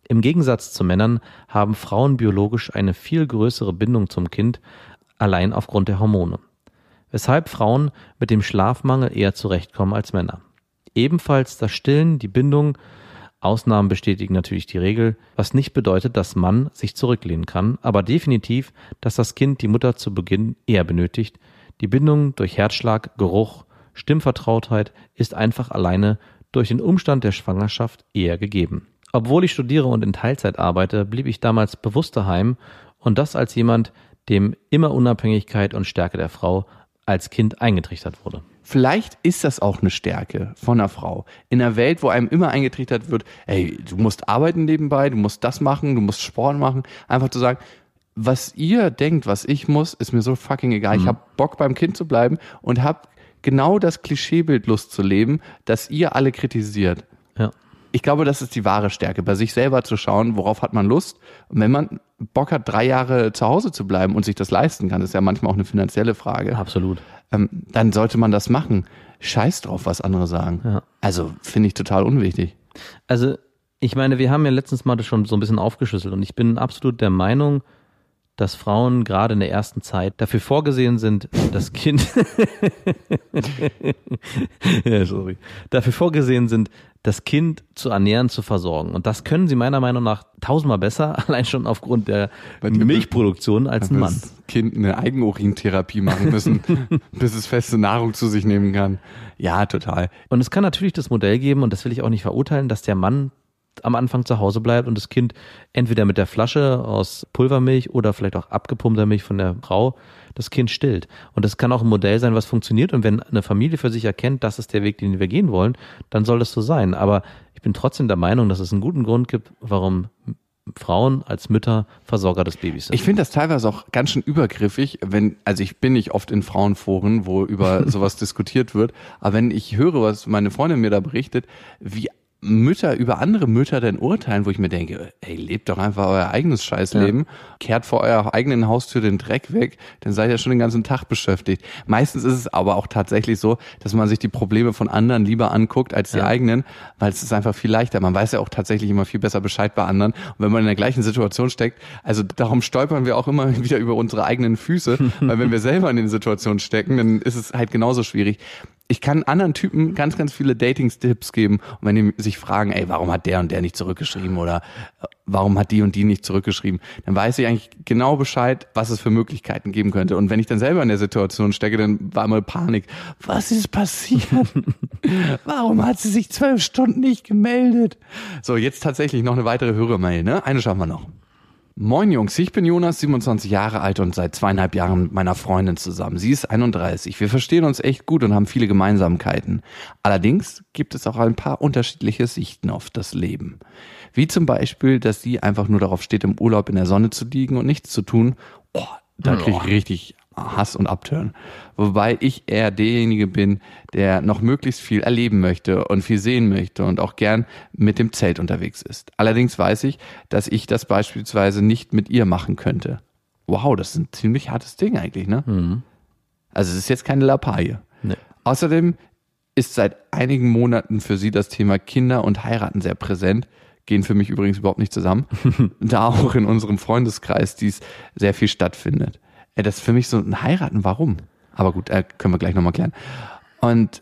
Im Gegensatz zu Männern haben Frauen biologisch eine viel größere Bindung zum Kind, allein aufgrund der Hormone. Weshalb Frauen mit dem Schlafmangel eher zurechtkommen als Männer. Ebenfalls das Stillen, die Bindung, Ausnahmen bestätigen natürlich die Regel, was nicht bedeutet, dass Mann sich zurücklehnen kann, aber definitiv, dass das Kind die Mutter zu Beginn eher benötigt. Die Bindung durch Herzschlag, Geruch, Stimmvertrautheit ist einfach alleine durch den Umstand der Schwangerschaft eher gegeben. Obwohl ich studiere und in Teilzeit arbeite, blieb ich damals bewusst daheim und das als jemand, dem immer Unabhängigkeit und Stärke der Frau als Kind eingetrichtert wurde. Vielleicht ist das auch eine Stärke von einer Frau. In einer Welt, wo einem immer eingetrichtert wird, ey, du musst arbeiten nebenbei, du musst das machen, du musst Sport machen. Einfach zu sagen, was ihr denkt, was ich muss, ist mir so fucking egal. Ich habe Bock beim Kind zu bleiben und habe genau das Klischeebild Lust zu leben, das ihr alle kritisiert. Ja. Ich glaube, das ist die wahre Stärke, bei sich selber zu schauen, worauf hat man Lust. Und wenn man Bock hat, 3 Jahre zu Hause zu bleiben und sich das leisten kann, ist ja manchmal auch eine finanzielle Frage. Absolut. Dann sollte man das machen. Scheiß drauf, was andere sagen. Ja. Also finde ich total unwichtig. Also ich meine, wir haben ja letztens mal das schon so ein bisschen aufgeschlüsselt und ich bin absolut der Meinung, dass Frauen gerade in der ersten Zeit dafür vorgesehen sind, das Kind dafür vorgesehen sind, das Kind zu ernähren, zu versorgen. Und das können sie meiner Meinung nach 1000-mal besser, allein schon aufgrund der Milchproduktion als ein Mann. Das Kind eine Eigenurintherapie machen müssen, bis es feste Nahrung zu sich nehmen kann. Ja, total. Und es kann natürlich das Modell geben, und das will ich auch nicht verurteilen, dass der Mann am Anfang zu Hause bleibt und das Kind entweder mit der Flasche aus Pulvermilch oder vielleicht auch abgepumpter Milch von der Frau das Kind stillt. Und das kann auch ein Modell sein, was funktioniert. Und wenn eine Familie für sich erkennt, das ist der Weg, den wir gehen wollen, dann soll das so sein. Aber ich bin trotzdem der Meinung, dass es einen guten Grund gibt, warum Frauen als Mütter Versorger des Babys sind. Ich finde das teilweise auch ganz schön übergriffig, ich bin nicht oft in Frauenforen, wo über sowas diskutiert wird, aber wenn ich höre, was meine Freundin mir da berichtet, wie Mütter über andere Mütter denn urteilen, wo ich mir denke, ey, lebt doch einfach euer eigenes Scheißleben, kehrt vor eurer eigenen Haustür den Dreck weg, dann seid ihr schon den ganzen Tag beschäftigt. Meistens ist es aber auch tatsächlich so, dass man sich die Probleme von anderen lieber anguckt als die eigenen, weil es ist einfach viel leichter. Man weiß ja auch tatsächlich immer viel besser Bescheid bei anderen. Und wenn man in der gleichen Situation steckt, also darum stolpern wir auch immer wieder über unsere eigenen Füße, weil wenn wir selber in den Situationen stecken, dann ist es halt genauso schwierig. Ich kann anderen Typen ganz, ganz viele Dating-Tipps geben. Und wenn die sich fragen, ey, warum hat der und der nicht zurückgeschrieben oder warum hat die und die nicht zurückgeschrieben, dann weiß ich eigentlich genau Bescheid, was es für Möglichkeiten geben könnte. Und wenn ich dann selber in der Situation stecke, dann war immer Panik. Was ist passiert? Warum hat sie sich 12 Stunden nicht gemeldet? So, jetzt tatsächlich noch eine weitere Hörermail, ne? Eine schaffen wir noch. Moin Jungs, ich bin Jonas, 27 Jahre alt und seit 2,5 Jahren mit meiner Freundin zusammen. Sie ist 31. Wir verstehen uns echt gut und haben viele Gemeinsamkeiten. Allerdings gibt es auch ein paar unterschiedliche Sichten auf das Leben. Wie zum Beispiel, dass sie einfach nur darauf steht, im Urlaub in der Sonne zu liegen und nichts zu tun. Oh, da kriege ich richtig Hass und Abturn. Wobei ich eher derjenige bin, der noch möglichst viel erleben möchte und viel sehen möchte und auch gern mit dem Zelt unterwegs ist. Allerdings weiß ich, dass ich das beispielsweise nicht mit ihr machen könnte. Wow, das ist ein ziemlich hartes Ding eigentlich, ne? Mhm. Also es ist jetzt keine Lappalie. Nee. Außerdem ist seit einigen Monaten für sie das Thema Kinder und Heiraten sehr präsent. Gehen für mich übrigens überhaupt nicht zusammen. Da auch in unserem Freundeskreis dies sehr viel stattfindet. Das ist für mich so ein Heiraten, warum? Aber gut, können wir gleich nochmal klären. Und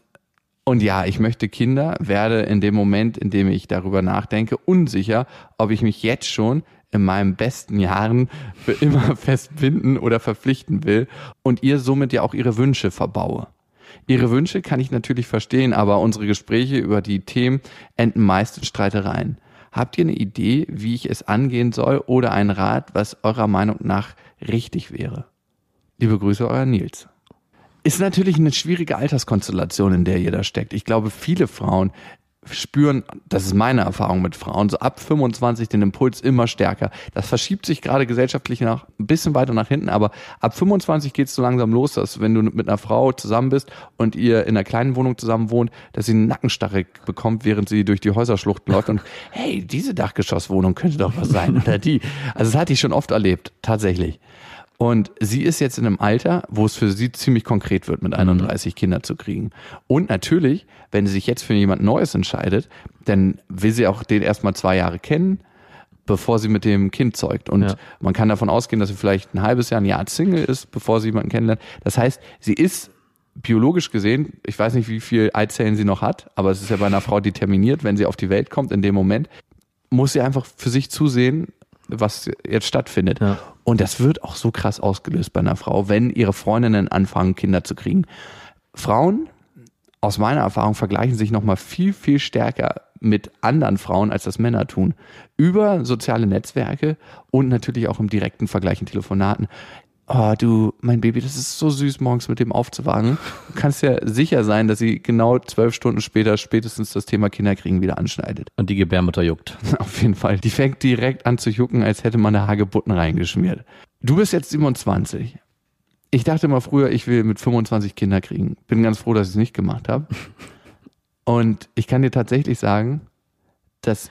ja, ich möchte Kinder, werde in dem Moment, in dem ich darüber nachdenke, unsicher, ob ich mich jetzt schon in meinen besten Jahren für immer festbinden oder verpflichten will und ihr somit ja auch ihre Wünsche verbaue. Ihre Wünsche kann ich natürlich verstehen, aber unsere Gespräche über die Themen enden meist in Streitereien. Habt ihr eine Idee, wie ich es angehen soll oder einen Rat, was eurer Meinung nach richtig wäre? Liebe Grüße, euer Nils. Ist natürlich eine schwierige Alterskonstellation, in der ihr da steckt. Ich glaube, viele Frauen spüren, das ist meine Erfahrung mit Frauen, so ab 25 den Impuls immer stärker. Das verschiebt sich gerade gesellschaftlich noch ein bisschen weiter nach hinten, aber ab 25 geht es so langsam los, dass wenn du mit einer Frau zusammen bist und ihr in einer kleinen Wohnung zusammen wohnt, dass sie einen Nackenstarre bekommt, während sie durch die Häuserschluchten läuft und hey, diese Dachgeschosswohnung könnte doch was sein oder die. Also das hatte ich schon oft erlebt, tatsächlich. Und sie ist jetzt in einem Alter, wo es für sie ziemlich konkret wird, mit 31 Kinder zu kriegen. Und natürlich, wenn sie sich jetzt für jemand Neues entscheidet, dann will sie auch den erstmal 2 Jahre kennen bevor sie mit dem Kind zeugt. Und man kann davon ausgehen, dass sie vielleicht ein halbes Jahr, ein Jahr Single ist, bevor sie jemanden kennenlernt. Das heißt, sie ist biologisch gesehen, ich weiß nicht, wie viel Eizellen sie noch hat, aber es ist ja bei einer Frau determiniert, wenn sie auf die Welt kommt, in dem Moment, muss sie einfach für sich zusehen, was jetzt stattfindet. Ja. Und das wird auch so krass ausgelöst bei einer Frau, wenn ihre Freundinnen anfangen, Kinder zu kriegen. Frauen, aus meiner Erfahrung, vergleichen sich nochmal viel, viel stärker mit anderen Frauen, als das Männer tun. Über soziale Netzwerke und natürlich auch im direkten Vergleich in Telefonaten. Oh, du, mein Baby, das ist so süß, morgens mit dem aufzuwagen. Du kannst ja sicher sein, dass sie genau 12 Stunden später spätestens das Thema Kinderkriegen wieder anschneidet. Und die Gebärmutter juckt. Auf jeden Fall. Die fängt direkt an zu jucken, als hätte man eine Hagebutten reingeschmiert. Du bist jetzt 27. Ich dachte mal früher, ich will mit 25 Kinder kriegen. Bin ganz froh, dass ich es nicht gemacht habe. Und ich kann dir tatsächlich sagen, dass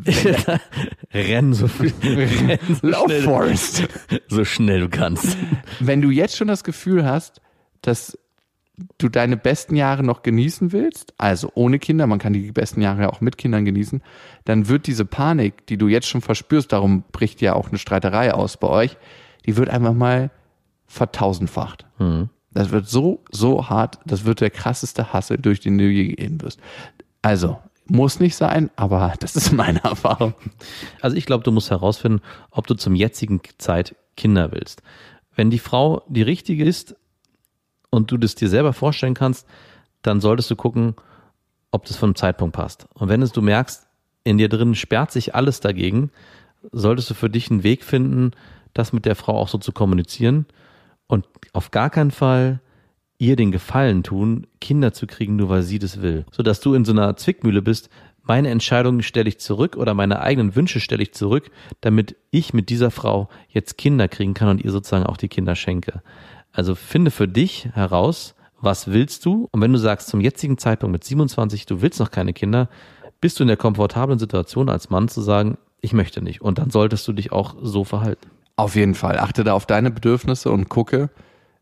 renn so viel. Lauf, Forrest. So schnell du kannst. Wenn du jetzt schon das Gefühl hast, dass du deine besten Jahre noch genießen willst, also ohne Kinder, man kann die besten Jahre ja auch mit Kindern genießen, dann wird diese Panik, die du jetzt schon verspürst, darum bricht ja auch eine Streiterei aus bei euch, die wird einfach mal vertausendfacht. Das wird so hart, das wird der krasseste Hassel, durch den du je gehen wirst. Also, muss nicht sein, aber das ist meine Erfahrung. Also ich glaube, du musst herausfinden, ob du zum jetzigen Zeit Kinder willst. Wenn die Frau die richtige ist und du das dir selber vorstellen kannst, dann solltest du gucken, ob das vom Zeitpunkt passt. Und wenn du merkst, in dir drin sperrt sich alles dagegen, solltest du für dich einen Weg finden, das mit der Frau auch so zu kommunizieren und auf gar keinen Fall ihr den Gefallen tun, Kinder zu kriegen, nur weil sie das will. Sodass du in so einer Zwickmühle bist, meine Entscheidungen stelle ich zurück oder meine eigenen Wünsche stelle ich zurück, damit ich mit dieser Frau jetzt Kinder kriegen kann und ihr sozusagen auch die Kinder schenke. Also finde für dich heraus, was willst du? Und wenn du sagst, zum jetzigen Zeitpunkt mit 27, du willst noch keine Kinder, bist du in der komfortablen Situation als Mann zu sagen, ich möchte nicht. Und dann solltest du dich auch so verhalten. Auf jeden Fall. Achte da auf deine Bedürfnisse und gucke,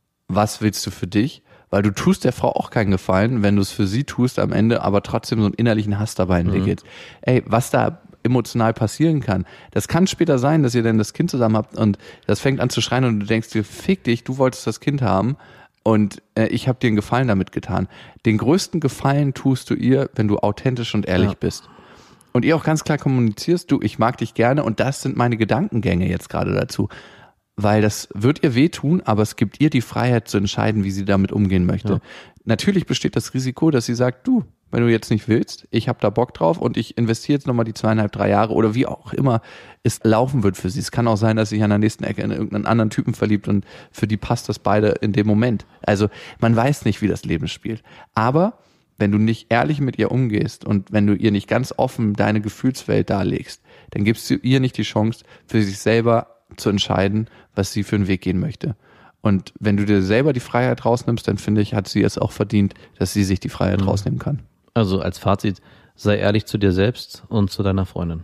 was willst du für dich? Weil du tust der Frau auch keinen Gefallen, wenn du es für sie tust am Ende, aber trotzdem so einen innerlichen Hass dabei entwickelst. Ey, was da emotional passieren kann, das kann später sein, dass ihr dann das Kind zusammen habt und das fängt an zu schreien und du denkst dir, fick dich, du wolltest das Kind haben und ich habe dir einen Gefallen damit getan. Den größten Gefallen tust du ihr, wenn du authentisch und ehrlich bist. Und ihr auch ganz klar kommunizierst, du, ich mag dich gerne und das sind meine Gedankengänge jetzt gerade dazu. Weil das wird ihr wehtun, aber es gibt ihr die Freiheit zu entscheiden, wie sie damit umgehen möchte. Ja. Natürlich besteht das Risiko, dass sie sagt, du, wenn du jetzt nicht willst, ich habe da Bock drauf und ich investiere jetzt nochmal die 2,5, 3 Jahre oder wie auch immer es laufen wird für sie. Es kann auch sein, dass sie sich an der nächsten Ecke in irgendeinen anderen Typen verliebt und für die passt das beide in dem Moment. Also man weiß nicht, wie das Leben spielt. Aber wenn du nicht ehrlich mit ihr umgehst und wenn du ihr nicht ganz offen deine Gefühlswelt darlegst, dann gibst du ihr nicht die Chance, für sich selber zu entscheiden, was sie für einen Weg gehen möchte. Und wenn du dir selber die Freiheit rausnimmst, dann finde ich, hat sie es auch verdient, dass sie sich die Freiheit rausnehmen kann. Also als Fazit, sei ehrlich zu dir selbst und zu deiner Freundin.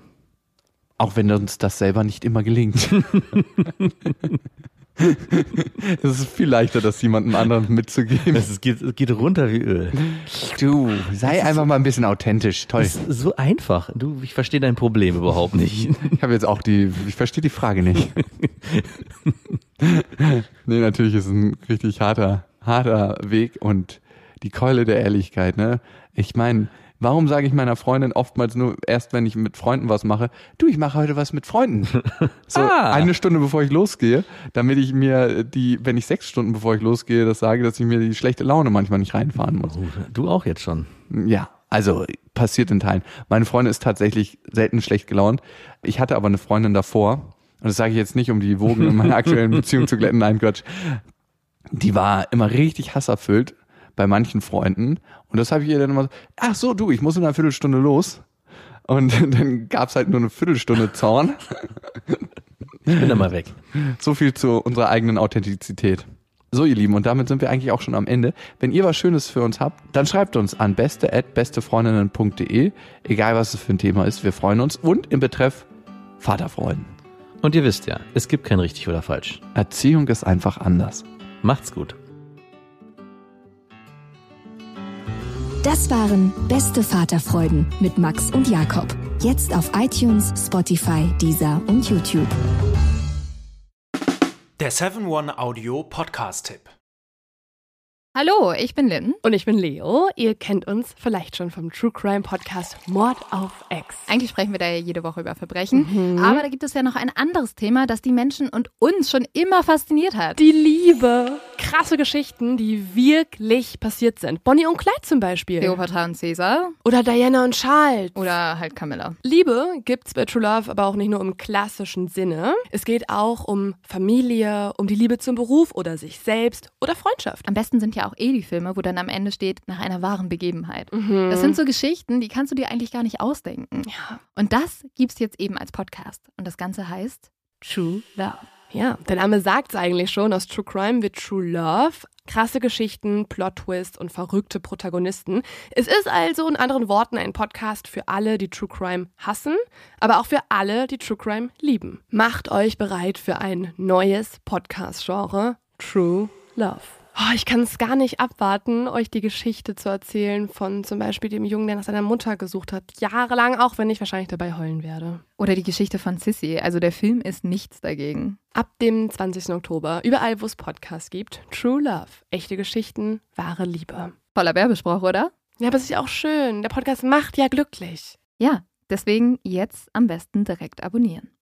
Auch wenn uns das selber nicht immer gelingt. Es ist viel leichter, das jemandem anderen mitzugeben. Es geht runter wie Öl. Du, sei einfach mal ein bisschen authentisch. Toll. Das ist so einfach. Du, ich verstehe dein Problem überhaupt nicht. Ich habe jetzt auch ich verstehe die Frage nicht. Nee, natürlich ist es ein richtig harter Weg und die Keule der Ehrlichkeit, ne? Ich meine, warum sage ich meiner Freundin oftmals nur erst, wenn ich mit Freunden was mache, du, ich mache heute was mit Freunden. So eine Stunde bevor ich losgehe, damit ich mir wenn ich 6 Stunden bevor ich losgehe, das sage, dass ich mir die schlechte Laune manchmal nicht reinfahren muss. Du auch jetzt schon? Ja, also passiert in Teilen. Meine Freundin ist tatsächlich selten schlecht gelaunt. Ich hatte aber eine Freundin davor, und das sage ich jetzt nicht, um die Wogen in meiner aktuellen Beziehung zu glätten, nein, Quatsch. Die war immer richtig hasserfüllt bei manchen Freunden. Und das habe ich ihr dann immer so, ach so, du, ich muss in einer Viertelstunde los. Und dann gab's halt nur eine Viertelstunde Zorn. Ich bin dann mal weg. So viel zu unserer eigenen Authentizität. So, ihr Lieben, und damit sind wir eigentlich auch schon am Ende. Wenn ihr was Schönes für uns habt, dann schreibt uns an beste@bestefreundinnen.de. Egal, was es für ein Thema ist, wir freuen uns. Und im Betreff Vaterfreuden. Und ihr wisst ja, es gibt kein richtig oder falsch. Erziehung ist einfach anders. Macht's gut. Das waren Beste Vaterfreuden mit Max und Jakob. Jetzt auf iTunes, Spotify, Deezer und YouTube. Der 7-One-Audio-Podcast-Tipp. Hallo, ich bin Lynn. Und ich bin Leo. Ihr kennt uns vielleicht schon vom True Crime Podcast Mord auf Ex. Eigentlich sprechen wir da ja jede Woche über Verbrechen. Aber da gibt es ja noch ein anderes Thema, das die Menschen und uns schon immer fasziniert hat. Die Liebe. Krasse Geschichten, die wirklich passiert sind. Bonnie und Clyde zum Beispiel. Cleopatra und Caesar. Oder Diana und Charles. Oder halt Camilla. Liebe gibt's bei True Love aber auch nicht nur im klassischen Sinne. Es geht auch um Familie, um die Liebe zum Beruf oder sich selbst oder Freundschaft. Am besten sind ja auch die Filme, wo dann am Ende steht, nach einer wahren Begebenheit. Das sind so Geschichten, die kannst du dir eigentlich gar nicht ausdenken. Ja. Und das gibt's jetzt eben als Podcast. Und das Ganze heißt True Love. Ja, der Name sagt's eigentlich schon. Aus True Crime wird True Love. Krasse Geschichten, Plot-Twist und verrückte Protagonisten. Es ist also in anderen Worten ein Podcast für alle, die True Crime hassen, aber auch für alle, die True Crime lieben. Macht euch bereit für ein neues Podcast-Genre, True Love. Oh, ich kann es gar nicht abwarten, euch die Geschichte zu erzählen von zum Beispiel dem Jungen, der nach seiner Mutter gesucht hat. Jahrelang, auch wenn ich wahrscheinlich dabei heulen werde. Oder die Geschichte von Sissy. Also der Film ist nichts dagegen. Ab dem 20. Oktober, überall wo es Podcasts gibt, True Love. Echte Geschichten, wahre Liebe. Voller Werbespruch, oder? Ja, aber es ist ja auch schön. Der Podcast macht ja glücklich. Ja, deswegen jetzt am besten direkt abonnieren.